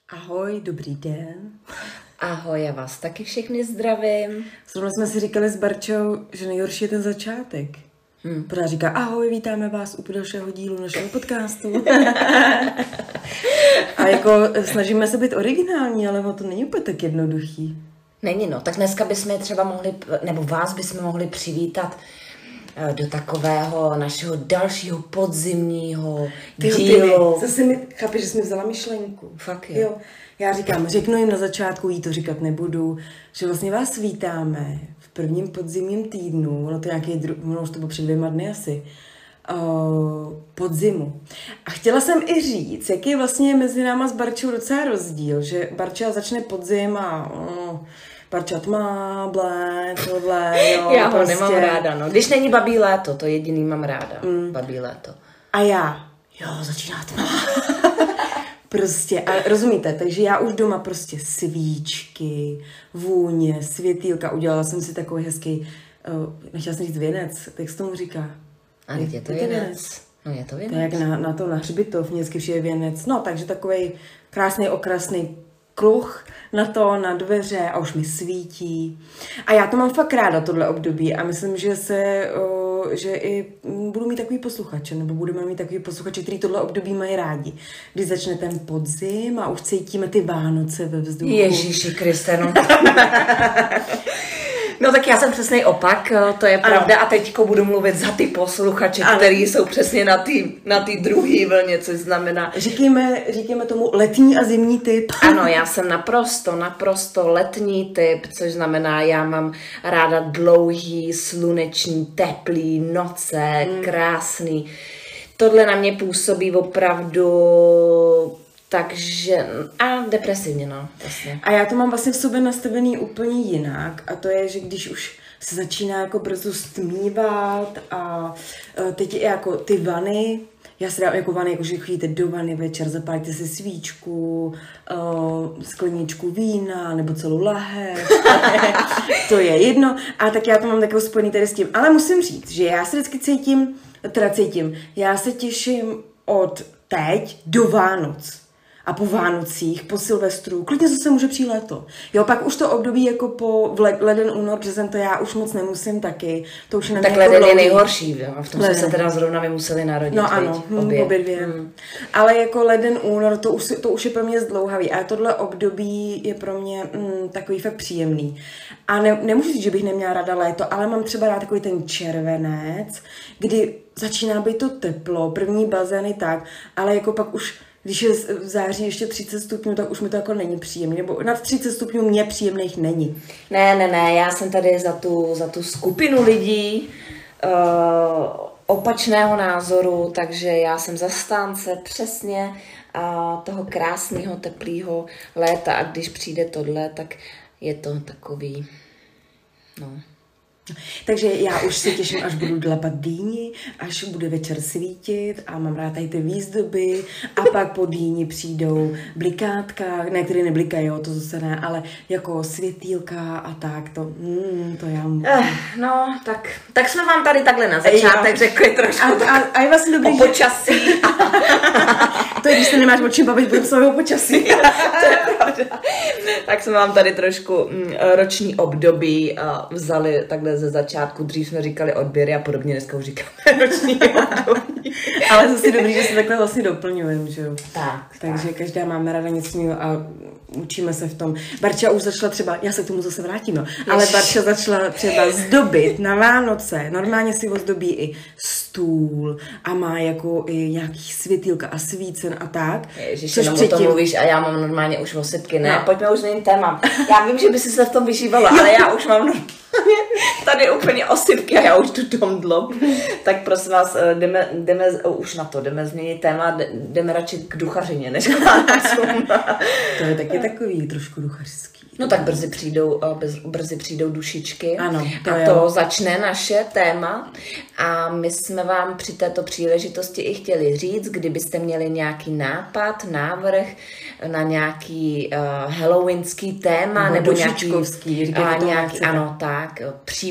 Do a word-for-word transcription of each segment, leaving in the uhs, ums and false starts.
Ahoj, dobrý den. Ahoj, já vás taky všechny zdravím. Zrovna jsme si říkali s Barčou, že nejhorší je ten začátek. Hmm. Pořád říká, ahoj, vítáme vás u dalšího dílu našeho podcastu. A jako snažíme se být originální, ale to není úplně tak jednoduchý. Není no, tak dneska bychom třeba mohli, nebo vás bychom mohli přivítat do takového našeho dalšího podzimního Tyjo, dílu. Ty, zase mi, chápeš, že jsi mi vzala myšlenku. Fakt jo. jo. Já říkám, řeknu jim na začátku, jí to říkat nebudu, že vlastně vás vítáme v prvním podzimním týdnu, ono to nějaký dru, ono už to bylo před dvěma dny asi, uh, podzimu. A chtěla jsem i říct, jaký je vlastně mezi náma s Barčou docela rozdíl, že Barča začne podzim a uh, Barča tma, blé, tohle, jo. Já ho prostě. nemám ráda, no. Když není babí léto, to jediný mám ráda, mm. babí léto. A já, jo, začíná tma. Prostě, a rozumíte, takže já už doma prostě svíčky, vůně, světýlka, udělala jsem si takový hezký, uh, nechtěla jsem říct věnec, tak se tomu říká. A je, je to věnec. věnec. No je to věnec. To je jak na, na to, na hřbitov, vždycky přijde věnec. No, takže takový krásný, okrasný kruh na to, na dveře a už mi svítí. A já to mám fakt ráda, tohle období a myslím, že se, o, že i budu mít takový posluchače, nebo budeme mít takový posluchače, který tohle období mají rádi. Když začne ten podzim a už cítíme ty Vánoce ve vzduchu. Ježíši Kriste, no. No tak já jsem přesnej opak, to je pravda, ano. A teďko budu mluvit za ty posluchače, ano. Který jsou přesně na ty na ty druhý vlně, což znamená... Říkejme, říkejme tomu letní a zimní typ. Ano, já jsem naprosto, naprosto letní typ, což znamená, já mám ráda dlouhý, sluneční, teplý noce, hmm. krásný. Tohle na mě působí opravdu... Takže, a depresivně, no, vlastně. A já to mám vlastně v sobě nastavený úplně jinak a to je, že když už se začíná jako brzo stmívat a teď je jako ty vany, já si dám jako vany, jako že chodíte do vany večer, zapálíte si svíčku, uh, skleničku vína nebo celou lahev, to je jedno. A tak já to mám takovou spojený tady s tím. Ale musím říct, že já se vždycky cítím, teda cítím, já se těším od teď do Vánoc. A po Vánocích, po Silvestru, klidně zase může přijít léto. Jo, pak už to období jako po leden, únor, březen, to já už moc nemusím taky. To už tak leden jako je nejhorší, jo? V tom jsme se teda zrovna my museli narodit. No ano, hm, obě. obě dvě. Hmm. Ale jako leden, únor, to už, to už je pro mě zdlouhavý. A tohle období je pro mě mm, takový fakt příjemný. A ne, nemůžu říct, že bych neměla ráda léto, ale mám třeba rád takový ten červenec, kdy začíná být to teplo, první bazény tak, ale jako pak už když je v září ještě třicet stupňů, tak už mi to jako není příjemný. Nebo nad třicet stupňů mě příjemných není. Ne, ne, ne, já jsem tady za tu, za tu skupinu lidí uh, opačného názoru, takže já jsem zastánce přesně uh, toho krásného, teplého léta a když přijde tohle, tak je to takový, no... Takže já už se těším, až budu dlapat dýni, až bude večer svítit a mám rád tady ty výzdoby a pak po dýni přijdou blikátka, ne, které neblikají, jo, to zase ne, ale jako světýlka a tak, to, mm, to já můžu. Eh, no, tak, tak jsme vám tady takhle na začátek řekli trošku a, a, a je vlastně dobrý, o počasí. To je, když se nemáš o čím bavit, budeme se o počasí. To je pravda. Tak jsme vám tady trošku mm, roční období a vzali takhle ze začátku, dřív jsme říkali odběry a podobně, dneska už říkáme roční období. Ale zase dobrý, že se takhle vlastně doplňujeme, že jo. Tak. Takže tak. každá máme ráda něco jiného a učíme se v tom. Barča už začala třeba, já se k tomu zase vrátím, no, ale Barča začala třeba zdobit na Vánoce, normálně si ozdobí i stůl a má jako i nějaký světýlka a svícen a tak. Ježiš, jenom předtím... o tom mluvíš a já mám normálně už osypky, ne? No. Pojďme už jiným téma. Já vím, že by si se v tom vyšívala, ale já už mám tady úplně osypky a já už tu tom dlob. Tak prosím vás, jdeme, jdeme už na to, jdeme změnit téma, jdeme radši k duchařině, než k Vánocům. To je taky takový trošku duchařský. No tak brzy přijdou, brzy přijdou dušičky. Ano, to a jo. to začne naše téma a my jsme vám při této příležitosti i chtěli říct, kdybyste měli nějaký nápad, návrh na nějaký uh, halloweenský téma no, nebo nějaký, dušičkovský, uh, nějaký ano, tak, příběh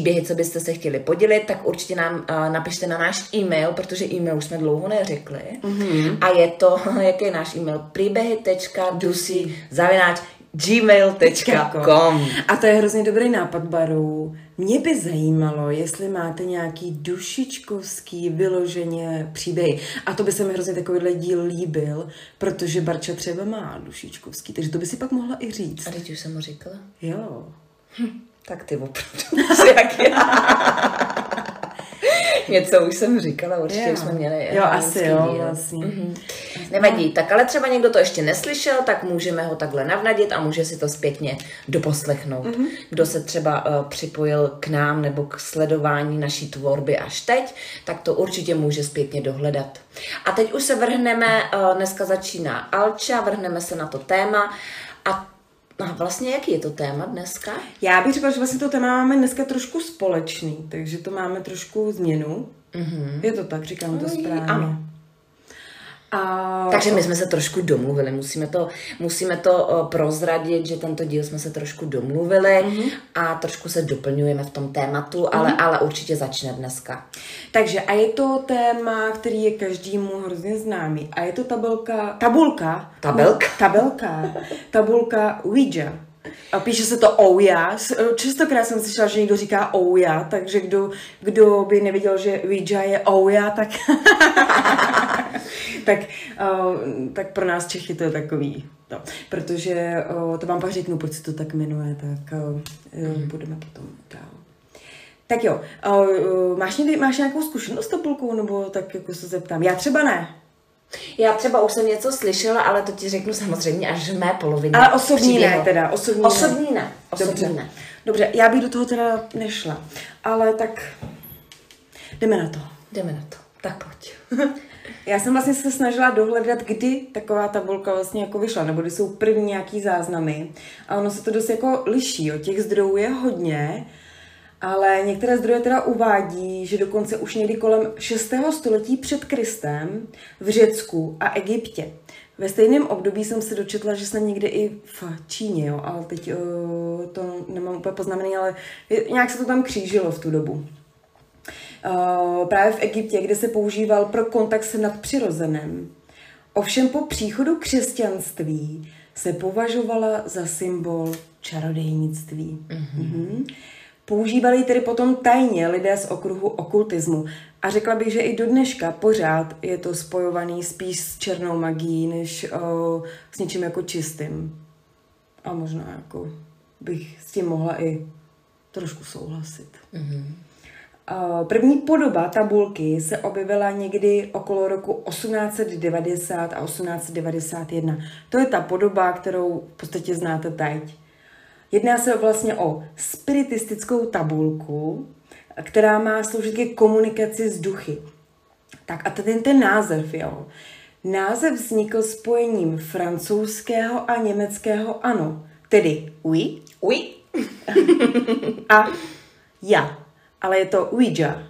příběhy, co byste se chtěli podělit, tak určitě nám uh, napište na náš e-mail, protože e-mail už jsme dlouho neřekli. Mm-hmm. A je to, jaký je náš e-mail? příběhy tečka dusy zavináč gmail tečka com. A to je hrozně dobrý nápad, Baru. Mě by zajímalo, jestli máte nějaký dušičkovský vyloženě příběhy. A to by se mi hrozně takovýhle díl líbil, protože Barča třeba má dušičkovský, takže to by si pak mohla i říct. A teď už jsem mu říkala? Jo. Hm, tak ty opravdu jak já. Něco už jsem říkala, určitě jo. už jsme měli. Jo, asi jo, díl. vlastně. Mm-hmm. Nevadí, tak ale třeba někdo to ještě neslyšel, tak můžeme ho takhle navnadit a může si to zpětně doposlechnout. Mm-hmm. Kdo se třeba uh, připojil k nám nebo k sledování naší tvorby až teď, tak to určitě může zpětně dohledat. A teď už se vrhneme, uh, dneska začíná Alča, vrhneme se na to téma a a vlastně jaký je to téma dneska? Já bych řekla, že vlastně to téma máme dneska trošku společný, takže to máme trošku změnu. Mm-hmm. Je to tak, říkám to správně. Ano. A... Takže my jsme se trošku domluvili, musíme to, musíme to uh, prozradit, že tento díl jsme se trošku domluvili mm-hmm. a trošku se doplňujeme v tom tématu, mm-hmm. ale, ale určitě začne dneska. Takže a je to téma, který je každému hrozně známý. A je to tabulka, tabulka, tabelka, tabelka, tabulka Ouija. A píše se to Ouija. Častokrát jsem slyšela, že někdo říká Ouija, takže kdo, kdo by nevěděl, že Ouija je Ouija, tak, tak, uh, tak pro nás Čechy to je takový. No, protože uh, to vám pak řeknu, proč se to tak jmenuje, tak uh, mm. budeme potom dál. Tak jo, uh, máš, někdy, máš nějakou zkušenost s tabulkou, nebo tak jako se zeptám? Já třeba ne. Já třeba už jsem něco slyšela, ale to ti řeknu samozřejmě až v mé polovině. Ale osobní příběhu. ne teda, osobní, osobní ne. ne. Osobní Dobře. ne. Dobře, já bych do toho teda nešla, ale tak jdeme na to. Jdeme na to, tak pojď. Já jsem vlastně se snažila dohledat, kdy taková tabulka vlastně jako vyšla, nebo kdy jsou první nějaký záznamy. A ono se to dost jako liší, jo. Těch zdrojů je hodně, ale některé zdroje teda uvádí, že dokonce už někdy kolem šestého století před Kristem v Řecku a Egyptě. Ve stejném období jsem se dočetla, že snad někde i v Číně, jo, ale teď uh, to nemám úplně poznamený, ale nějak se to tam křížilo v tu dobu. Uh, právě v Egyptě, kde se používal pro kontakt s nadpřirozeným. Ovšem po příchodu křesťanství se považovala za symbol čarodejnictví. Mm-hmm. Mm-hmm. Používali tedy potom tajně lidé z okruhu okultismu. A řekla bych, že i do dneška pořád je to spojovaný spíš s černou magií, než uh, s něčím jako čistým. A možná jako bych s tím mohla i trošku souhlasit. Mm-hmm. Uh, první podoba tabulky se objevila někdy okolo roku osmnáct set devadesát a osmnáct set devadesát jedna. To je ta podoba, kterou v podstatě znáte teď. Jedná se vlastně o spiritistickou tabulku, která má sloužit ke komunikaci s duchy. Tak a ten, ten název, jo. Název vznikl spojením francouzského a německého ano, tedy oui, oui a ja, ale je to Ouija.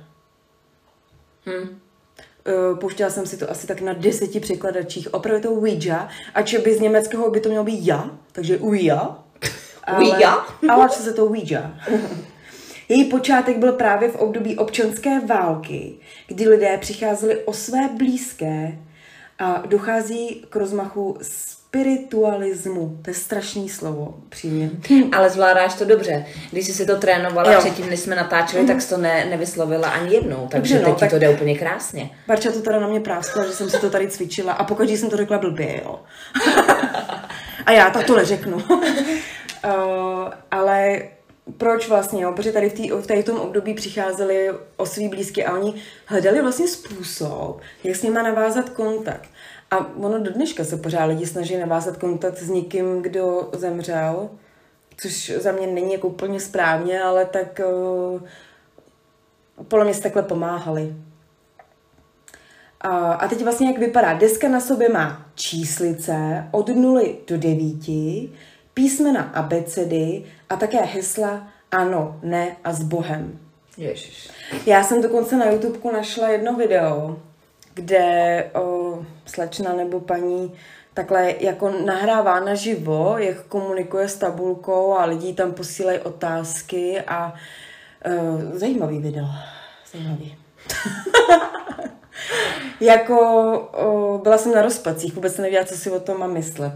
Hmm. Pouštěla jsem si to asi tak na deseti překladačích. Opravdu je to Ouija, ač by z německého by to mělo být ja, takže Ouija. Ouija? Ale co se to Ouija? Její počátek byl právě v období občanské války, kdy lidé přicházeli o své blízké a dochází k rozmachu spiritualismu. To je strašný slovo, přímě. Ale zvládáš to dobře. Když jsi si to trénovala jo. předtím, než jsme natáčeli, mm. tak jsi to ne, nevyslovila ani jednou. Takže dobře, no, teď tak... ti to jde úplně krásně. Barča to teda na mě práskla, že jsem si to tady cvičila a pokud jsem to řekla blbě, jo. A já tak to neřeknu. uh, ale proč vlastně, jo? Protože tady v, tý, v tady tom období přicházeli o svý blízky a oni hledali vlastně způsob, jak s nima navázat kontakt. A ono do dneška se pořád lidi snaží navázat kontakt s někým, kdo zemřel, což za mě není jako úplně správně, ale tak uh, podle mě se takhle pomáhali. A, a teď vlastně jak vypadá? Deska na sobě má číslice od nuly do devíti, písmena abecedy a také hesla ano, ne a s Bohem. Ježiš. Já jsem dokonce na YouTubeku našla jedno video, kde o, slečna nebo paní takhle jako nahrává naživo, jak komunikuje s tabulkou a lidi tam posílají otázky a Uh, zajímavý video. Zajímavý. Jako uh, byla jsem na rozpacích, vůbec jsem nevěděla, co si o tom mám myslet.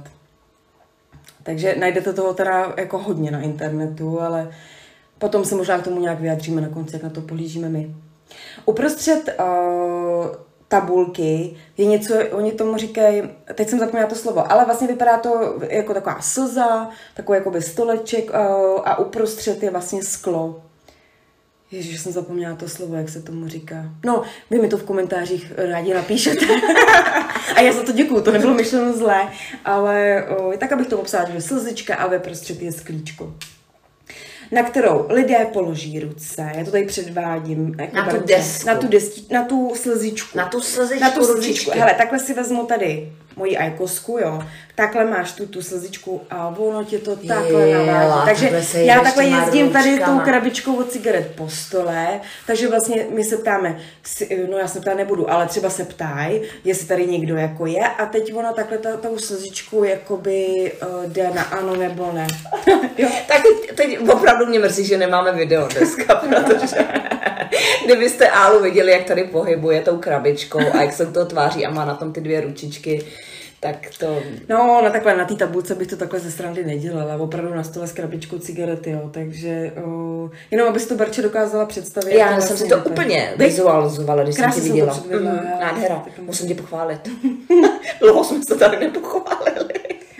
Takže najdete toho teda jako hodně na internetu, ale potom se možná k tomu nějak vyjádříme na konci, jak na to pohlížíme my. Uprostřed uh, tabulky je něco, oni tomu říkají, teď jsem zapomněla to slovo, ale vlastně vypadá to jako taková slza, takový jakoby stoleček uh, a uprostřed je vlastně sklo. Ježiš, jsem zapomněla to slovo, jak se tomu říká. No, vy mi to v komentářích rádi napíšete. A já za to děkuju, to nebylo myšleno zlé, ale o, tak, abych to popsala, že slzička a ve prostřed je sklíčko, na kterou lidé položí ruce. Já to tady předvádím. Jako na tu desku. Na tu, desti, na tu slzičku. Na tu slzičku. Na tu slzičku. Hele, takhle si vezmu tady moji ajkosku, jo. Takhle máš tu, tu slzičku a ono tě to takhle Je, navádí. Takže takhle já takhle jezdím ručkama. tady tou krabičkou od cigaret po stole, takže vlastně my se ptáme, no já se ptát nebudu, ale třeba se ptají, jestli tady někdo jako je a teď ona takhle ta, tou slzičku jakoby uh, jde na ano nebo ne. Jo. Tak teď, teď opravdu mě mrzí, že nemáme video dneska, protože kdybyste Álu viděli, jak tady pohybuje tou krabičkou a jak se to tváří a má na tom ty dvě ručičky, tak to... No, na takhle, na té tabulce bych to takhle ze strany nedělala, opravdu na stole s krabičkou cigarety, jo, takže o, jenom abys to Barče dokázala představit. Já jsem si to tak úplně vizualizovala, když Krásně jsem tě viděla. To mm, nádhera, musím tě pochválit. Dlouho jsme se tady nepochválili.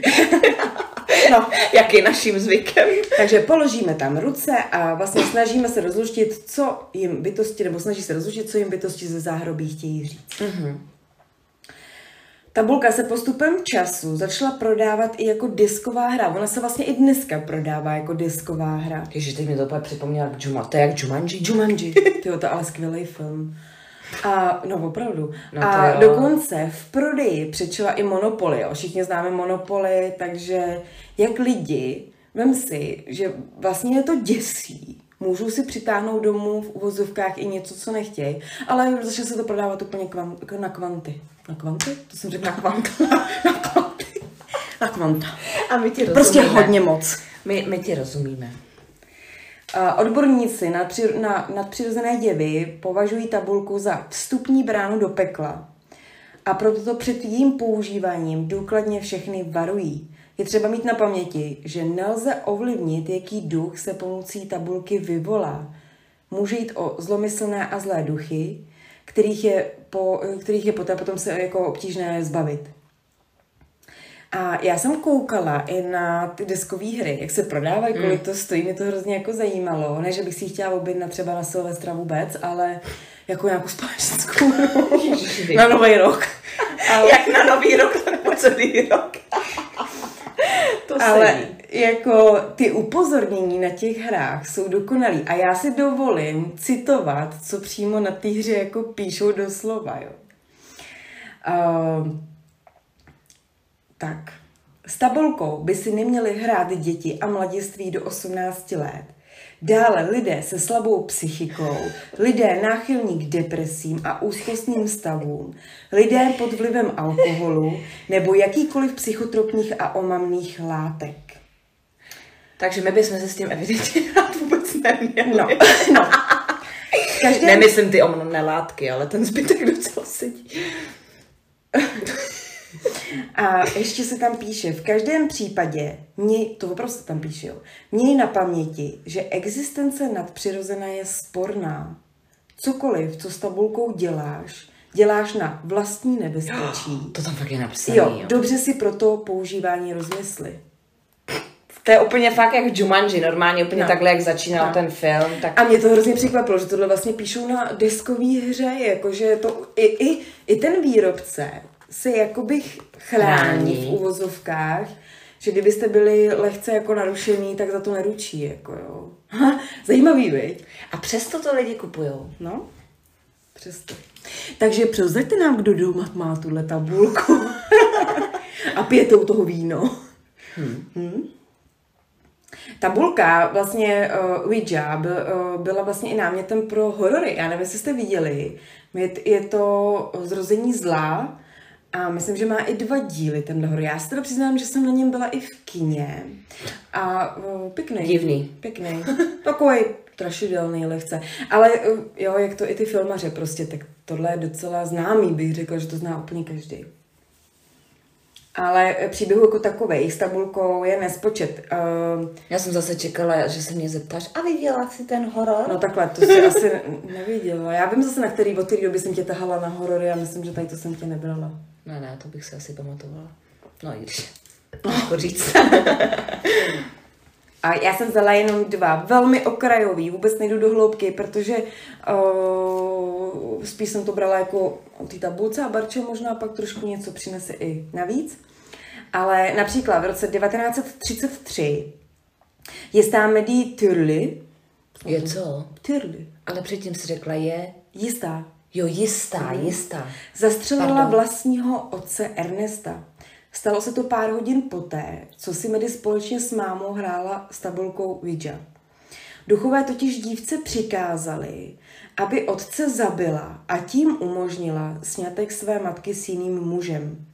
No, jak je naším zvykem. Takže položíme tam ruce a vlastně snažíme se rozluštit, co jim bytosti, nebo snaží se rozluštit, co jim bytosti ze záhrobí chtějí říct. Mm-hmm. Tabulka se postupem času začala prodávat i jako disková hra. Ona se vlastně i dneska prodává jako disková hra. Ježiš, teď mi to úplně připomněla jak Jumanji. To je jak Jumanji? Jumanji. Tyjo, to je ale skvělý film. A, no opravdu. No a jo. dokonce v prodeji přečela i Monopoly. Jo. Všichni známe Monopoly, takže jak lidi, vem si, že vlastně je to děsí. Můžou si přitáhnout domů v uvozovkách i něco, co nechtějí, ale začne se to prodávat úplně kvan, na kvanty. Na kvanty? To jsem řekla. Na kvanta. Na kvanty. Na kvanta. A my ti rozumíme. Prostě hodně moc. My, my ti rozumíme. Uh, odborníci na, při, na nadpřirozené jevy považují tabulku za vstupní bránu do pekla. A proto před jejím používáním důkladně všechny varují. Je třeba mít na paměti, že nelze ovlivnit, jaký duch se pomocí tabulky vyvolá. Může jít o zlomyslné a zlé duchy, kterých je, po, kterých je poté potom se jako obtížné zbavit. A já jsem koukala i na ty deskové hry, jak se prodávají, kolik to stojí, mě to hrozně jako zajímalo. Ne, že bych si ji chtěla objednat třeba na Silvestra vůbec, ale jako nějakou společenskou hru na Nový rok. Ale... Jak na Nový rok, tak po celý rok. To ale sedí. jako ty upozornění na těch hrách jsou dokonalý a já si dovolím citovat, co přímo na té hře jako píšou doslova, jo. Uh, tak, s tabulkou by si neměli hrát děti a mladiství do osmnácti let. Dále lidé se slabou psychikou, lidé náchylní k depresím a úzkostným stavům, lidé pod vlivem alkoholu nebo jakýkoliv psychotropních a omamných látek. Takže my bychom se s tím evidentně hrát vůbec neměli. No, no. Každém... Nemyslím ty omamné látky, ale ten zbytek docela sedí. A ještě se tam píše, v každém případě, měj, to opravdu se tam píše, jo, měj na paměti, že existence nadpřirozená je sporná. Cokoliv, co s tabulkou děláš, děláš na vlastní nebezpečí. To tam fakt je napsané. Jo, jo, dobře si proto používání rozmysli. To je úplně fakt jak Jumanji, normálně úplně no. takhle, jak začínal no. ten film. Tak... A mě to hrozně překvapilo, že tohle vlastně píšou na deskové hře, jakože to i, i, i ten výrobce se jakoby chrání v uvozovkách, že kdybyste byli lehce jako narušený, tak za to neručí, jako jo. Ha, zajímavý, viď? A přesto to lidi kupujou. No, přesto. Takže prozraďte nám, kdo doma má tuhle tabulku a pijete u toho víno. Hmm. Hmm? Tabulka, vlastně uh, Ouija, byl, uh, byla vlastně i námětem pro horory. Já nevím, jestli jste viděli. Je, je to Zrození zla a myslím, že má i dva díly tenhle horor. Já si teda přiznám, že jsem na něm byla i v kině. A uh, pěkný. Divný. Pěkný. Takový strašidelný lehce. Ale jo, jak to i ty filmaře prostě, tak tohle je docela známý, bych řekla, že to zná úplně každý. Ale příběhů jako takovej s tabulkou je nespočet. Uh, Já jsem zase čekala, že se mě zeptáš, a viděla jsi ten horor? No takhle, to jsi asi neviděla. Já vím zase, na který, od který doby jsem tě tahala na horory a myslím, že tady to jsem tě nebrala. Ne, ne, to bych si asi pamatovala. No i když, těžko říct. A já jsem vzala jenom dva, velmi okrajový, vůbec nejdu do hloubky, protože uh, spíš jsem to brala jako o té tabulce a Barča možná pak trošku něco přinese i navíc. Ale například v roce devatenáct set třicet tři jistá Maddie Turley. Je co? Turley. Ale předtím si řekla je... Jistá. Jo, jistá, mm. jistá. Zastřelila Pardon. vlastního otce Ernesta. Stalo se to pár hodin poté, co si Maddie společně s mámou hrála s tabulkou Ouija. Duchové totiž dívce přikázali, aby otce zabila a tím umožnila sňatek své matky s jiným mužem.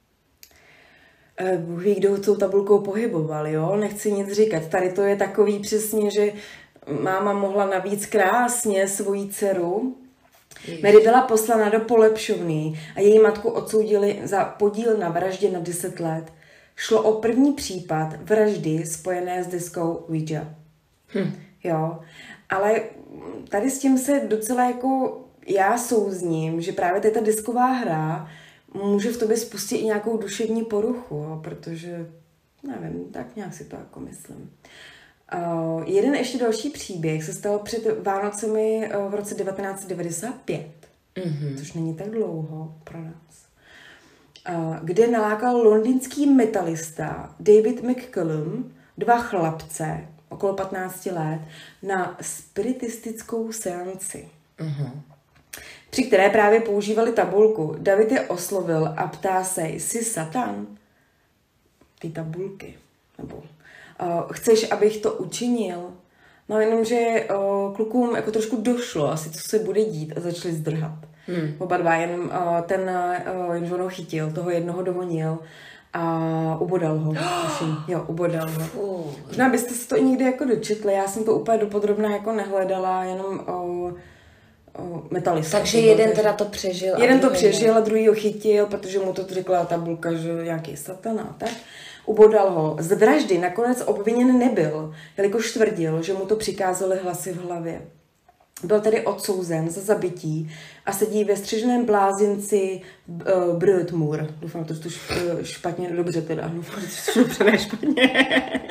Bůh ví, kdo tou tabulkou pohyboval, jo? Nechci nic říkat. Tady to je takový přesně, že máma mohla navíc krásně svoji dceru. Mary byla poslana do polepšovny a její matku odsoudili za podíl na vraždě na deset let. Šlo o první případ vraždy spojené s deskou Ouija. Hm. Jo, ale tady s tím se docela jako já souzním, že právě tady ta desková hra může v tobě spustit i nějakou duševní poruchu, jo, protože, nevím, tak nějak si to jako myslím. Uh, jeden ještě další příběh se stal před Vánocemi uh, v roce devatenáct set devadesát pět, mm-hmm. což není tak dlouho pro nás, uh, kde nalákal londýnský metalista David McCallum dva chlapce okolo patnáct let na spiritistickou seanci, mm-hmm. při které právě používali tabulku. David je oslovil a ptá se, jsi Satan? Ty tabulky, nebo... Uh, chceš, abych to učinil? No jenomže uh, klukům jako trošku došlo asi, co se bude dít a začali zdrhat. Hmm. Oba dva, jen uh, ten, uh, jenže on ho chytil, toho jednoho dohonil a ubodal ho. jo, ubodal ho. Možná byste se to i někdy jako dočetli, já jsem to úplně dopodrobná jako nehledala, jenom uh, uh, metalista. Takže jeden teda to přežil. Jeden to přežil a druhý ho chytil, protože mu to řekla tabulka, že nějaký satan a tak. Ubodal ho. Z vraždy nakonec obviněn nebyl, jelikož tvrdil, že mu to přikázaly hlasy v hlavě. Byl tedy odsouzen za zabití a sedí ve střeženém blázinci uh, Broadmoor. Doufám, to to špatně, dobře teda. Doufám, to dobře, ne špatně.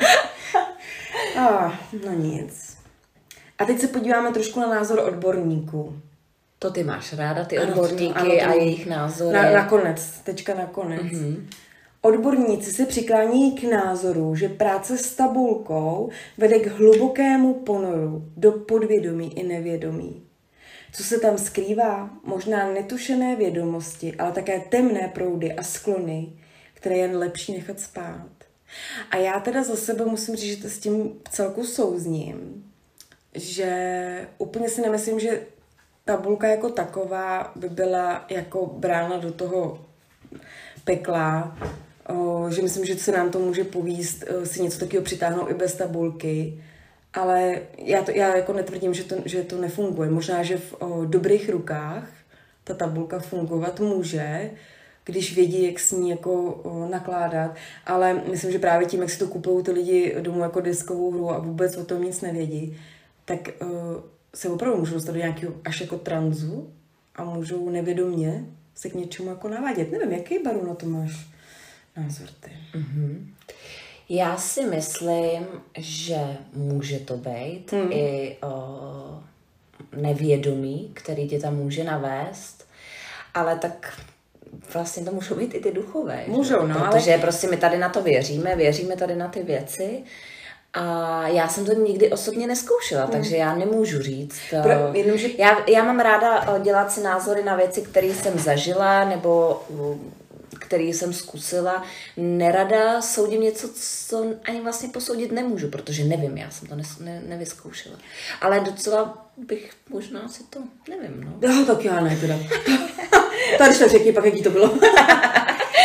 ah, no nic. A teď se podíváme trošku na názor odborníků. To ty máš ráda, ty ano, odborníky ano, to, a jejich názory. Na, nakonec, tečka nakonec. Mm-hmm. Odborníci se přiklání k názoru, že práce s tabulkou vede k hlubokému ponoru do podvědomí i nevědomí. Co se tam skrývá? Možná netušené vědomosti, ale také temné proudy a sklony, které je jen lepší nechat spát. A já teda za sebe musím říct, že s tím celku souzním, že úplně si nemyslím, že tabulka jako taková by byla jako brána do toho pekla, o, že myslím, že se nám to může povíst o, si něco takového přitáhnout i bez tabulky, ale já, to, já jako netvrdím, že to, že to nefunguje. Možná, že v o, dobrých rukách ta tabulka fungovat může, když vědí, jak s ní jako o, nakládat, ale myslím, že právě tím, jak si to kupují ty lidi domů jako diskovou hru a vůbec o tom nic nevědí, tak o, se opravdu můžou dostat do nějakého až jako tranzu a můžou nevědomě se k něčemu jako navádět. Nevím, jaký Baru na to máš názor ty? Mm-hmm. Já si myslím, že může to být mm. i o, nevědomí, který tě tam může navést, ale tak vlastně to můžou být i ty duchové. Můžou, no, protože ale... prostě my tady na to věříme, věříme tady na ty věci. A já jsem to nikdy osobně neskoušela, hmm. takže já nemůžu říct. Pro, jenomže... já, já mám ráda dělat si názory na věci, které jsem zažila nebo které jsem zkusila. Nerada soudím něco, co ani vlastně posoudit nemůžu, protože nevím, já jsem to ne, ne, nevyzkoušela. Ale docela bych možná si to, nevím, no. No, tak já ne teda. Tady to řekni pak, jaký to bylo.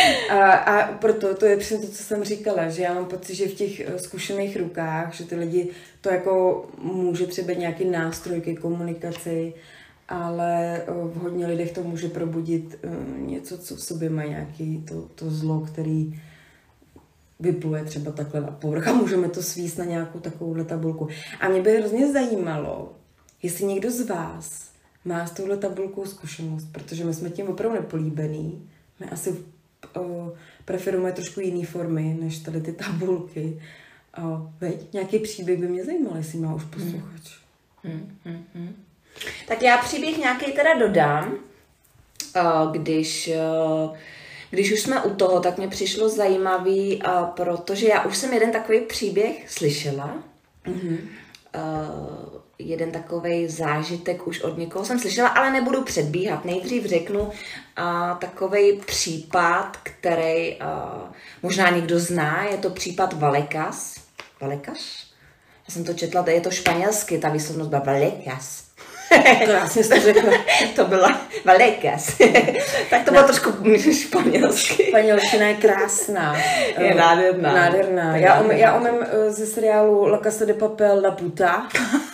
A, a proto to je přesně to, co jsem říkala, že já mám pocit, že v těch zkušených rukách, že ty lidi to jako může třeba být nějaký nástroj ke komunikaci, ale v hodně lidech to může probudit něco, co v sobě má nějaký to, to zlo, který vypluje třeba takhle na povrch a můžeme to svíst na nějakou takovouhle tabulku. A mě by hrozně zajímalo, jestli někdo z vás má s touhle tabulkou zkušenost, protože my jsme tím opravdu nepolíbený. My asi o, preferujeme trošku jiné formy, než tady ty tabulky. O, veď, nějaký příběh by mě zajímal, jestli má už posluchač. Hmm, hmm, hmm. Tak já příběh nějaký teda dodám, když, když už jsme u toho, tak mě přišlo zajímavý, protože já už jsem jeden takový příběh slyšela. Mm-hmm. Jeden takovej zážitek už od někoho jsem slyšela, ale nebudu předbíhat. Nejdřív řeknu takovej případ, který možná někdo zná, je to případ Valekas. Valekas? Já jsem to četla, je to španělsky, ta výslovnost byla Valekas. Krásně jsi to řekla. To byla Valekas. Tak to bylo trošku španělsky. Španělština je krásná. Je nádherná. Nádherná. Já, um, já umím ze seriálu La Casa de Papel La Puta.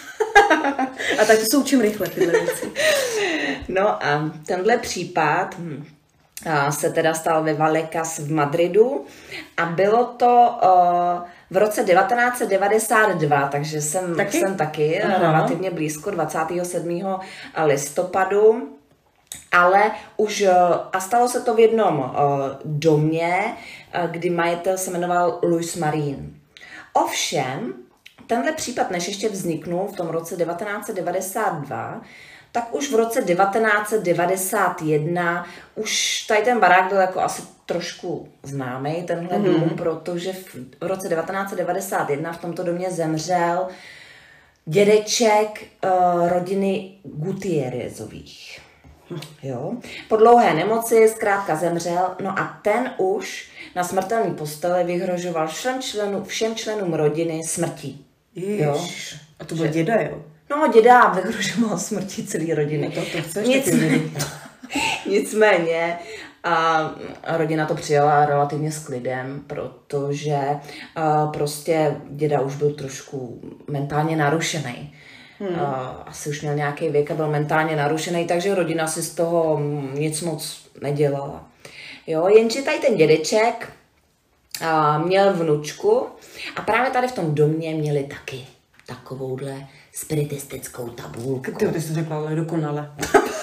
A tak to se učím rychle tyhle věci. No a tenhle případ hm, se teda stal ve Vallecas v Madridu a bylo to uh, v roce devatenáct set devadesát dva, takže jsem taky, jsem taky relativně blízko dvacátého sedmého listopadu, ale už a stalo se to v jednom uh, domě, uh, kdy majitel se jmenoval Luis Marín. Ovšem, tenhle případ, než ještě vzniknul v tom roce devatenáct set devadesát dva, tak už v roce devatenáct set devadesát jedna už tady ten barák byl jako asi trošku známý, tenhle mm. dům, protože v roce devatenáct set devadesát jedna v tomto domě zemřel dědeček uh, rodiny Gutierrezových. Jo. Po dlouhé nemoci zkrátka zemřel, no a ten už na smrtelné posteli vyhrožoval všem, členů, všem členům rodiny smrtí. Jo. A to byl děda, jo? No, děda vyhrožoval smrti celé rodiny. No to, to chceš Nicméně, nicméně a rodina to přijala relativně s klidem, protože a prostě děda už byl trošku mentálně narušený. Hmm. A, asi už měl nějaký věk a byl mentálně narušený, takže rodina si z toho nic moc nedělala. Jo, jenže tady ten dědeček a, měl vnučku a právě tady v tom domě měli taky takovouhle spiritistickou tabulku. Ty, ty jsi řekla, ale dokonale.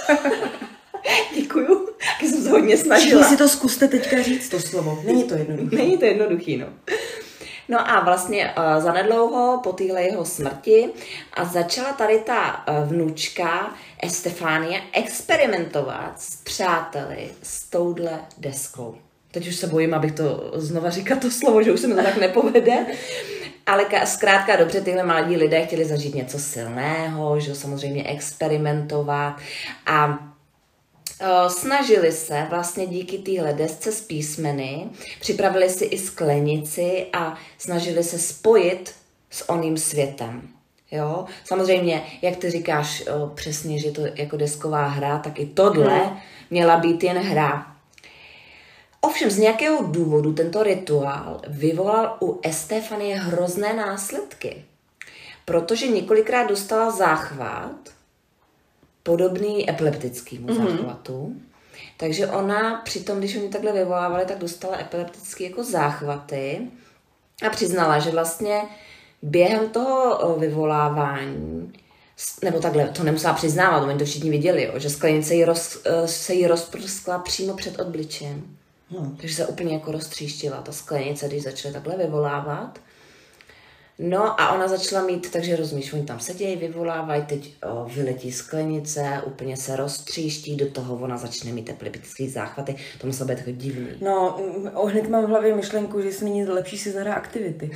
Děkuju, když jsem se hodně snažila. Všichni si to zkuste teďka říct, to slovo. Není to jednoduché. Není to jednoduchý, no. No a vlastně uh, zanedlouho po téhle jeho smrti a začala tady ta uh, vnučka Estefánie experimentovat s přáteli s touhle deskou. Teď už se bojím, abych to znova říkala to slovo, že už se mi to tak nepovede. Ale zkrátka dobře, tyhle mladí lidé chtěli zažít něco silného, že samozřejmě experimentovat a uh, snažili se vlastně díky téhle desce s písmeny, připravili si i sklenici a snažili se spojit s oným světem. Jo? Samozřejmě, jak ty říkáš uh, přesně, že to jako desková hra, tak i tohle hmm. měla být jen hra. Ovšem z nějakého důvodu tento rituál vyvolal u Estefanie hrozné následky, protože několikrát dostala záchvat, podobný epileptickému mm-hmm. záchvatu, takže ona přitom, když oni takhle vyvolávali, tak dostala epileptické jako záchvaty a přiznala, že vlastně během toho vyvolávání, nebo takhle, to nemusela přiznávat, oni to všichni viděli, jo, že sklenice jí roz, se jí rozprskla přímo před obličejem. Hmm. Takže se úplně jako roztříštila ta sklenice, když začaly takhle vyvolávat. No a ona začala mít, takže rozumíš, oni tam sedějí, vyvolávají, teď o, vyletí sklenice, úplně se roztříští, do toho ona začne mít epileptický záchvaty. To muselo být jako divný. No, hned mám v hlavě myšlenku, že není lepší si zahrát aktivity.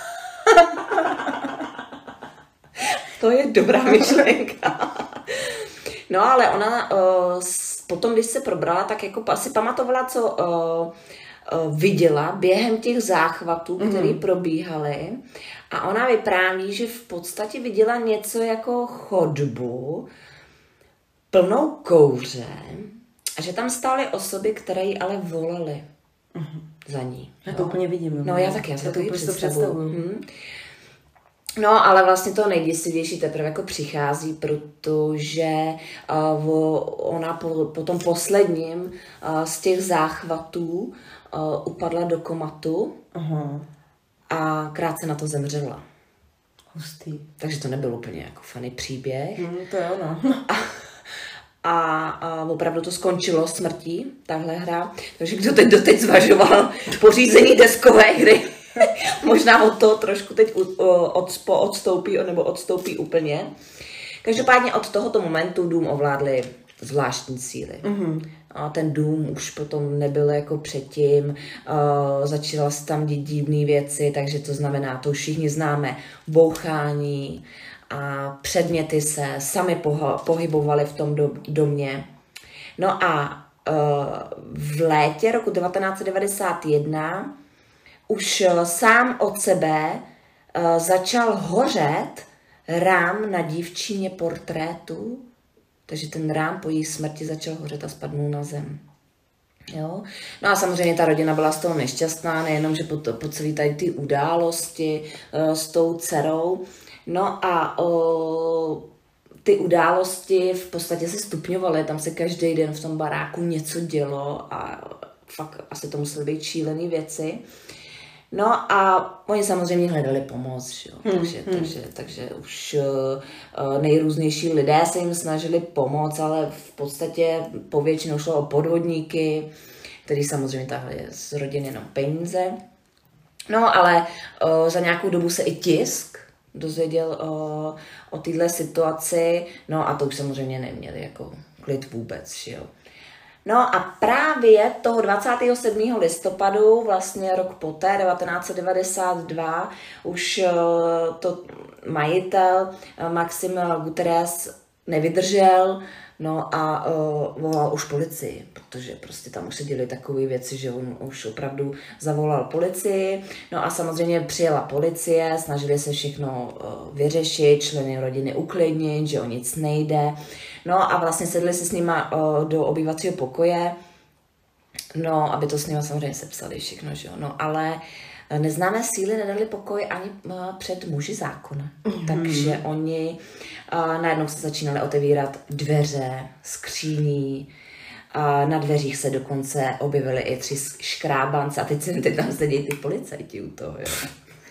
To je dobrá myšlenka. No ale ona o, potom, když se probrala, tak jako asi pamatovala, co o, o, viděla během těch záchvatů, které mm-hmm. probíhaly. A ona vypráví, že v podstatě viděla něco jako chodbu plnou kouře a že tam stály osoby, které ji ale volaly. uh-huh. za ní. Já to úplně vidím. No já taky, já, já to úplně představuju. Hmm. No, ale vlastně to nejděsivější teprve jako přichází, protože uh, ona po, po tom posledním uh, z těch záchvatů uh, upadla do komatu uh-huh. a krátce na to zemřela. Hustý. Takže to nebyl úplně jako funny příběh. Mm, to je ono. A, a, a opravdu to skončilo smrtí, tahle hra. Takže kdo teď doteď zvažoval pořízení deskové hry, možná od toho trošku teď odspo, odstoupí nebo odstoupí úplně. Každopádně od tohoto momentu dům ovládly zvláštní síly. Mm-hmm. A ten dům už potom nebyl jako předtím, uh, začala se tam dít divné věci, takže to znamená, to už všichni známe, bouchání a předměty se sami poho- pohybovaly v tom do- domě. No a uh, v létě roku devatenáct set devadesát jedna už sám od sebe uh, začal hořet rám na dívčině portrétu, takže ten rám po její smrti začal hořet a spadnul na zem. Jo? No a samozřejmě ta rodina byla z toho nešťastná, nejenom, že po, to, po celé tady ty události uh, s tou dcerou. No a uh, ty události v podstatě se stupňovaly, tam se každý den v tom baráku něco dělo a fakt asi to musely být šílené věci. No a oni samozřejmě hledali pomoc, že jo? Hmm, takže, hmm. takže, takže už uh, nejrůznější lidé se jim snažili pomoct, ale v podstatě povětšinou šlo o podvodníky, který samozřejmě tahli z rodiny jenom peníze. No ale uh, za nějakou dobu se i tisk dozvěděl uh, o téhle situaci, no a to už samozřejmě neměli jako klid vůbec, že jo. No a právě toho dvacátého sedmého listopadu, vlastně rok poté, devatenáct set devadesát dva, už to majitel Maxim Guterres nevydržel, no a uh, volal už policii, protože prostě tam už se děly takové věci, že on už opravdu zavolal policii. No a samozřejmě přijela policie, snažili se všechno uh, vyřešit, členy rodiny uklidnit, že o nic nejde. No a vlastně sedli se s nima uh, do obývacího pokoje, no aby to s nima samozřejmě sepsali všechno, že jo. No ale neznámé síly nedali pokoj ani uh, před muži zákona. Mm-hmm. Takže oni uh, najednou se začínali otevírat dveře, skříní, uh, na dveřích se dokonce objevily i tři škrábance a teď, se, teď tam sedí ty policajti u toho, jo.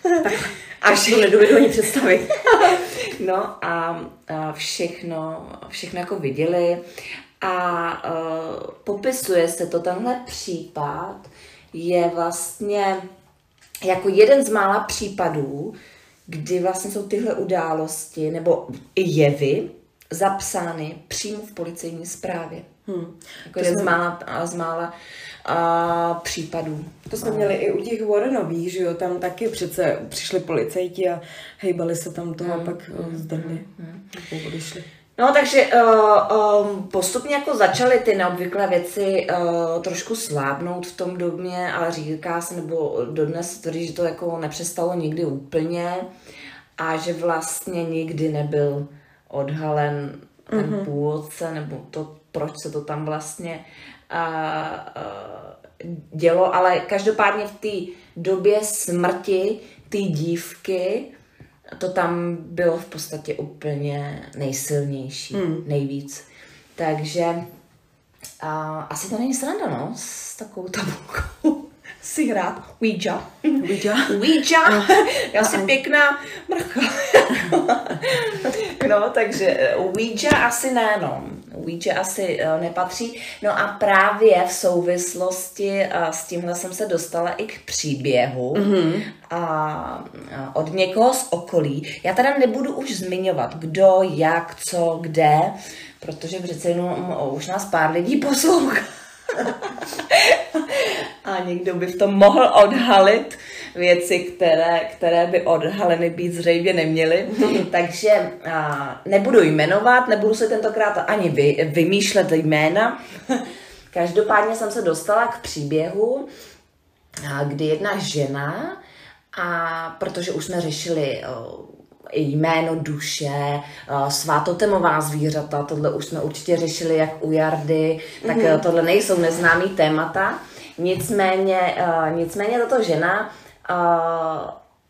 Až to nedovedu ani představit. No a, a všechno, všechno jako viděli a uh, popisuje se to, tenhle případ je vlastně jako jeden z mála případů, kdy vlastně jsou tyhle události nebo jevy zapsány přímo v policejní zprávě. Hmm. Jako jeden jsme... z mála, z mála a, případů. To jsme a... měli i u těch Warrenových, že jo, tam taky přece přišli policajti a hejbali se tam toho hmm. a pak hmm. zdrhli. Hmm. Odešli. No, takže uh, um, postupně jako začaly ty neobvyklé věci uh, trošku slábnout v tom domě, ale říká se, nebo dodnes tvrdí, že to jako nepřestalo nikdy úplně a že vlastně nikdy nebyl odhalen ten mm-hmm. původce, nebo to, proč se to tam vlastně uh, uh, dělo, ale každopádně v té době smrti té dívky to tam bylo v podstatě úplně nejsilnější, hmm. nejvíc. Takže a, asi to není sranda, no, s takovou tabulkou si hrát Ouija. Ouija. Ouija. Já si pěkná mrcha. No, takže Ouija asi ne, no. Ouija asi uh, nepatří. No a právě v souvislosti uh, s tímhle jsem se dostala i k příběhu mm-hmm. a, uh, od někoho z okolí. Já teda nebudu už zmiňovat, kdo, jak, co, kde, protože přece jenom uh, už nás pár lidí poslouchá. A někdo by v tom mohl odhalit věci, které, které by odhaleny být zřejmě neměly. Takže a, nebudu jmenovat, nebudu se tentokrát ani vy, vymýšlet jména. Každopádně jsem se dostala k příběhu, a, kdy jedna žena, a protože už jsme řešili o, jméno duše, svátotemová zvířata, tohle už jsme určitě řešili jak u Jardy, tak mm-hmm. tohle nejsou neznámý témata. Nicméně, uh, nicméně tato žena uh,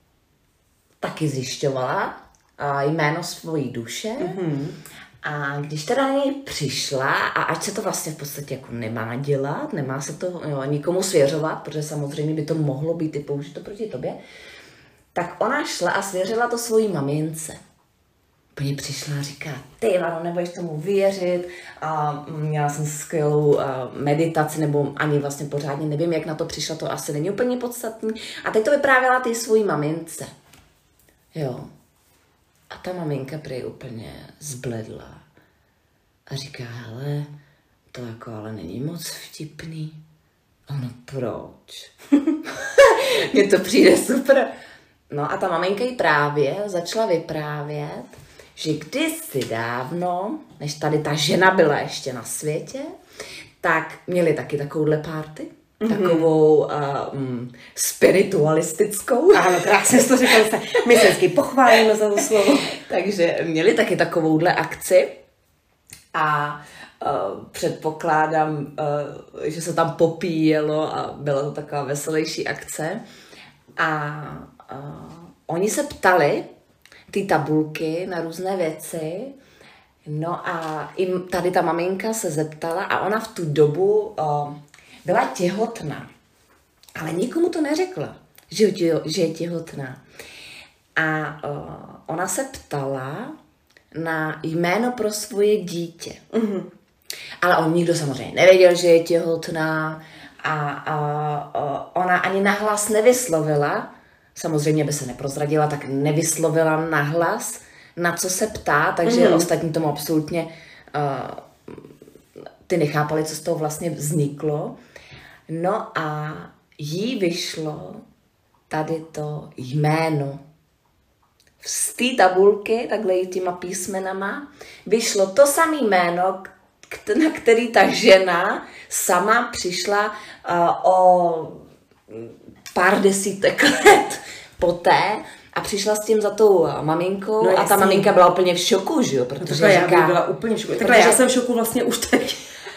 taky zjišťovala uh, jméno svojí duše. Mm-hmm. A když teda na něj přišla, a ať se to vlastně v podstatě jako nemá dělat, nemá se to jo, nikomu svěřovat, protože samozřejmě by to mohlo být i použito proti tobě, tak ona šla a svěřila to svojí mamince. Úplně přišla a říká, ty Vano, nebudeš tomu věřit, a měla jsem skvělou meditaci, nebo ani vlastně pořádně nevím, jak na to přišla, to asi není úplně podstatný. A teď to vyprávěla ty svojí mamince. Jo. A ta maminka prý úplně zbledla a říká, hele, to jako ale není moc vtipný. Ono, proč? Mně to přijde super. No a ta maminka jí právě začala vyprávět, že kdysi dávno, než tady ta žena byla ještě na světě, tak měli taky takovouhle party. Mm-hmm. Takovou uh, um, spiritualistickou. Ano, krásně jsi to řekla. My se vždycky pochválíme za to slovo. Takže měli taky takovouhle akci a uh, předpokládám, uh, že se tam popíjelo a byla to taková veselější akce. A uh, oni se ptali ty tabulky na různé věci. No a i tady ta maminka se zeptala a ona v tu dobu uh, byla těhotná, ale nikomu to neřekla, že, že je těhotná. A uh, ona se ptala na jméno pro svoje dítě. Mm-hmm. Ale on nikdo samozřejmě nevěděl, že je těhotná a, a, a ona ani nahlas nevyslovila, samozřejmě by se neprozradila, tak nevyslovila nahlas, na co se ptá, takže mm-hmm. ostatní tomu absolutně uh, ty nechápali, co z toho vlastně vzniklo. No a jí vyšlo tady to jméno. Z té tabulky, takhle těma písmenama, vyšlo to samé jméno, na který ta žena sama přišla uh, o pár desítek let poté a přišla s tím za tou maminkou no, a ta maminka byla úplně v šoku, že jo? Protože no, já říká, byla úplně v šoku. Takhle já jsem v šoku vlastně už teď.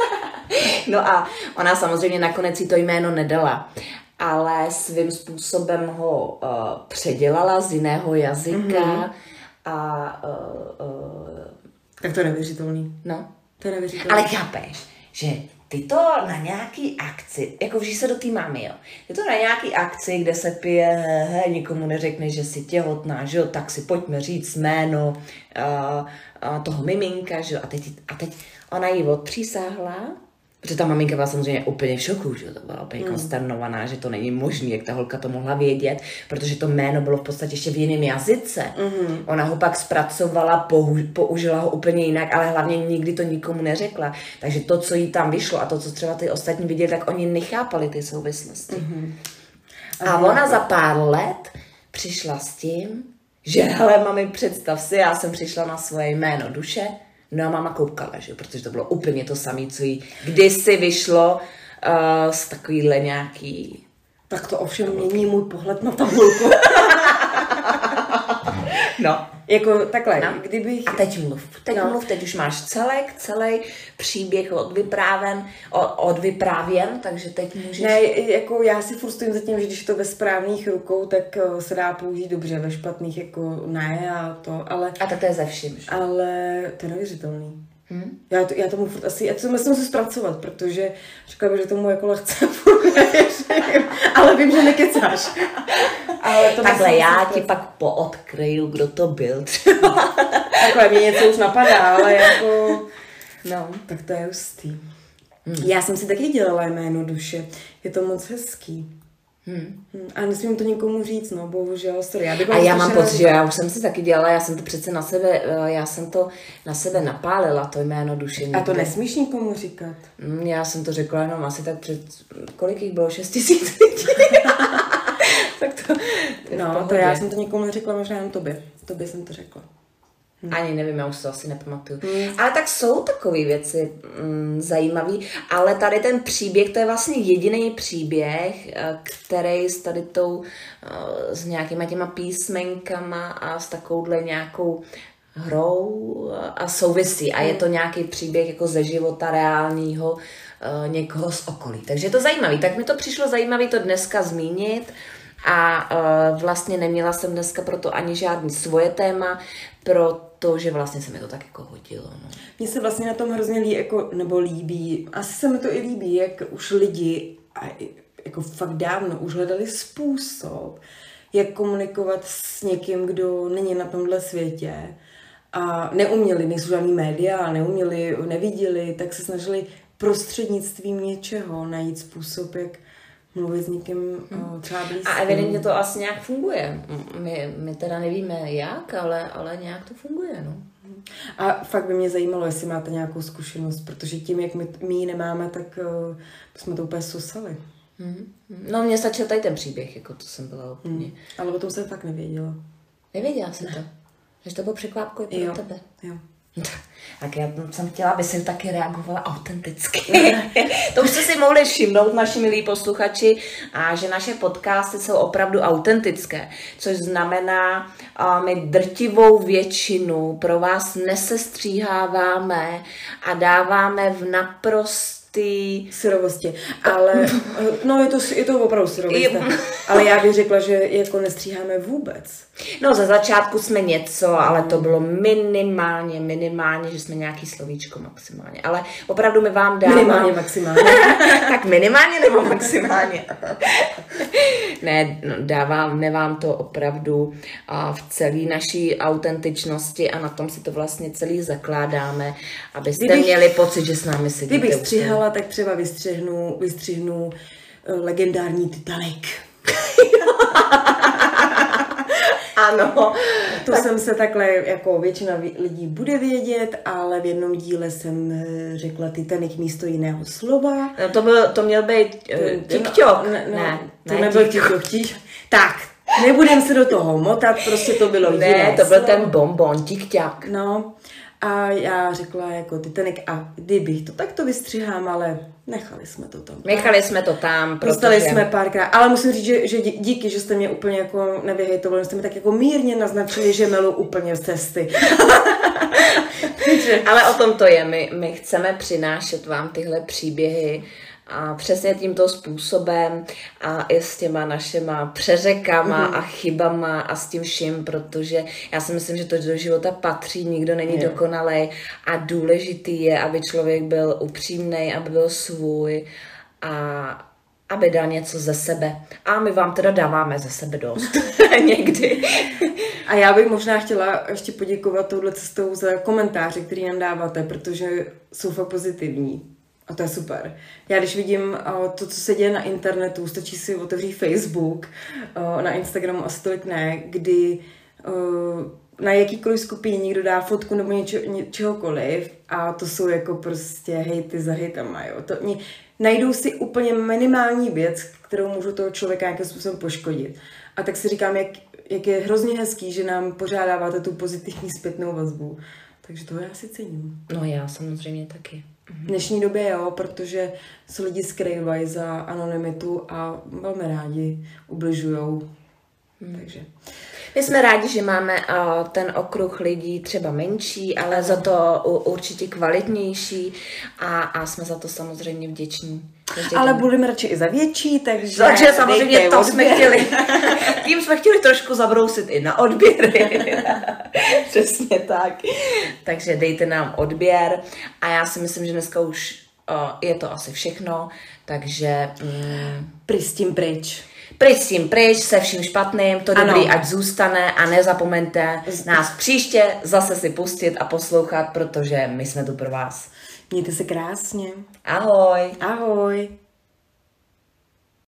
No a ona samozřejmě nakonec si to jméno nedala, ale svým způsobem ho uh, předělala z jiného jazyka mm-hmm. a... Uh, uh, tak to je neuvěřitelný. No. To je neuvěřitelný. Ale chápeš, že ty to na nějaký akci, jako vžij se do té mámy, jo. Ty to na nějaký akci, kde se pije, he, he, nikomu neřekne, že jsi těhotná, že jo, tak si pojďme říct jméno uh, uh, toho miminka, že jo. A teď, a teď ona jí odpřísáhla, protože ta maminka byla samozřejmě úplně v šoku, že to byla úplně mm. konsternovaná, že to není možné, jak ta holka to mohla vědět, protože to jméno bylo v podstatě ještě v jiném jazyce. Mm. Ona ho pak zpracovala, použ- použila ho úplně jinak, ale hlavně nikdy to nikomu neřekla. Takže to, co jí tam vyšlo a to, co třeba ty ostatní viděli, tak oni nechápali ty souvislosti. Mm. A ona za pár let přišla s tím, že hele, mami, představ si, já jsem přišla na svoje jméno duše. No a máma koukala, že? Protože to bylo úplně to samé, co jí kdysi vyšlo uh, z takovýhle nějaký... Tak to ovšem mění můj pohled na tabulku. No. Jako takhle, no. kdybych... A teď mluv, teď no. mluv, teď už máš celek, celý příběh odvyprávěn, odvyprávěn, takže teď můžeš... Ne, jako já si furt stojím za tím, že když je to ve správných rukou, tak se dá použít dobře, ve špatných jako ne a to, ale... A tak to je ze vším. Ale to je neuvěřitelný. Hmm? Já, to, já tomu furt asi, já to myslím se zpracovat, protože říkala bych, že tomu jako lehce furt nevěřím, ale vím, že nekecáš. Ale to takhle já ti pak poodkryju, kdo to byl třeba. Takhle, mě něco už napadá, ale jako, no, tak to je hustý. Hmm. Já jsem si taky dělala jméno duše, je to moc hezký. Hmm. A nesmím to nikomu říct, no, bohužel, sorry. Já a já mám pocit, že já už jsem si taky dělala, já jsem to přece na sebe, já jsem to na sebe napálila, to jméno duše. A to nesmíš nikomu říkat? Já jsem to řekla jenom asi tak před, kolik jich bylo, šest tisíc Tak to, no, to já jsem to nikomu neřekla, možná jen tobě. Tobě jsem to řekla. Hmm. Ani nevím, já už to asi nepamatuju. Hmm. Ale tak jsou takové věci mm, zajímavé, ale tady ten příběh, to je vlastně jediný příběh, který s tady tou, s nějakýma těma písmenkama a s takovouhle nějakou hrou a souvisí. A je to nějaký příběh jako ze života reálního uh, někoho z okolí. Takže je to zajímavé. Tak mi to přišlo zajímavé to dneska zmínit a uh, vlastně neměla jsem dneska proto ani žádný svoje téma, protože vlastně se mi to tak jako hodilo. No. Mně se vlastně na tom hrozně líbí, jako, nebo líbí, asi se mi to i líbí, jak už lidi, a jako fakt dávno, už hledali způsob, jak komunikovat s někým, kdo není na tomhle světě a neuměli, nejsou žádný média, neuměli, neviděli, tak se snažili prostřednictvím něčeho najít způsob, jak mluvit s někým hmm. třeba blízkým. A evidentně to asi nějak funguje. My, my teda nevíme jak, ale, ale nějak to funguje, no. A fakt by mě zajímalo, jestli máte nějakou zkušenost, protože tím, jak my, my ji nemáme, tak uh, jsme to úplně susali. Hmm. No mně stačil tady ten příběh, jako to jsem byla úplně. Hmm. Ale o tom jsem fakt nevěděla. Nevěděla jsi to? Takže to bylo překvapko i pro jo. tebe. Jo. Tak já jsem chtěla, aby jsem taky reagovala autenticky. To už jste si mohli všimnout, naši milí posluchači, a že naše podcasty jsou opravdu autentické, což znamená, a my drtivou většinu pro vás nesestříháváme a dáváme v naprost syrovosti, ale no je to, je to opravdu syrovost, ale já bych řekla, že jako nestříháme vůbec. No za začátku jsme něco, ale to bylo minimálně, minimálně, že jsme nějaký slovíčko maximálně, ale opravdu my vám dáváme... Minimálně, maximálně. Tak minimálně nebo maximálně? Ne, no, dáváme vám to opravdu a v celé naší autentičnosti a na tom si to vlastně celý zakládáme, abyste kdybych, měli pocit, že s námi sedíte. Kdybych stříhala, tak třeba vystřihnu, vystřihnu uh, legendární Titanic. Ano. To tak... jsem se takhle, jako většina lidí bude vědět, ale v jednom díle jsem řekla Titanic místo jiného slova. No to, byl, to měl být uh, TikTok. No, no, ne, to ne, nebyl TikTok. Tak, nebudem se do toho motat, prostě to bylo ne, jiné to byl slovo. ten bonbon, TikTok. No, a já řekla jako Titanic a kdybych to takto vystřihám, ale nechali jsme to tam. Nechali jsme to tam, protože... Dostali jsme párkrát, ale musím říct, že, že díky, že jste mě úplně jako nevyhejtovali, jste mi tak jako mírně naznačili, že melu úplně z cesty. Ale o tom to je, my, my chceme přinášet vám tyhle příběhy a přesně tímto způsobem a i s těma našima přeřekama mm-hmm. a chybama a s tím vším, protože já si myslím, že to do života patří, nikdo není je. dokonalej a důležitý je, aby člověk byl upřímnej, aby byl svůj a aby dal něco ze sebe. A my vám teda dáváme ze sebe dost. Někdy. A já bych možná chtěla ještě poděkovat touhle cestou za komentáře, které nám dáváte, protože jsou fakt pozitivní. A to je super. Já když vidím to, co se děje na internetu, stačí si otevřít Facebook, na Instagramu asi tolik ne, kdy na jakýkoliv skupině někdo dá fotku nebo něčo, něčehokoliv a to jsou jako prostě hejty za hejtama, jo. To, mě, najdou si úplně minimální věc, kterou můžu toho člověka nějakým způsobem poškodit. A tak si říkám, jak, jak je hrozně hezký, že nám pořádáváte tu pozitivní zpětnou vazbu. Takže toho já si cením. No já samozřejmě taky. V dnešní době jo, protože se lidi skrývají za anonymitu a velmi rádi ubližujou. Hmm. Takže. My jsme rádi, že máme uh, ten okruh lidí třeba menší, ale za to uh, určitě kvalitnější a, a jsme za to samozřejmě vděční. Ale budeme radši i za větší, takže... Takže samozřejmě to jsme chtěli. Tím jsme chtěli trošku zabrousit i na odběry. Přesně tak. Takže dejte nám odběr a já si myslím, že dneska už uh, je to asi všechno, takže... Mm, pryč s tím pryč. Pryč s tím pryč, se vším špatným, to ano. Dobrý ať zůstane a nezapomeňte nás příště zase si pustit a poslouchat, protože my jsme tu pro vás. Mějte se krásně. Ahoj. Ahoj.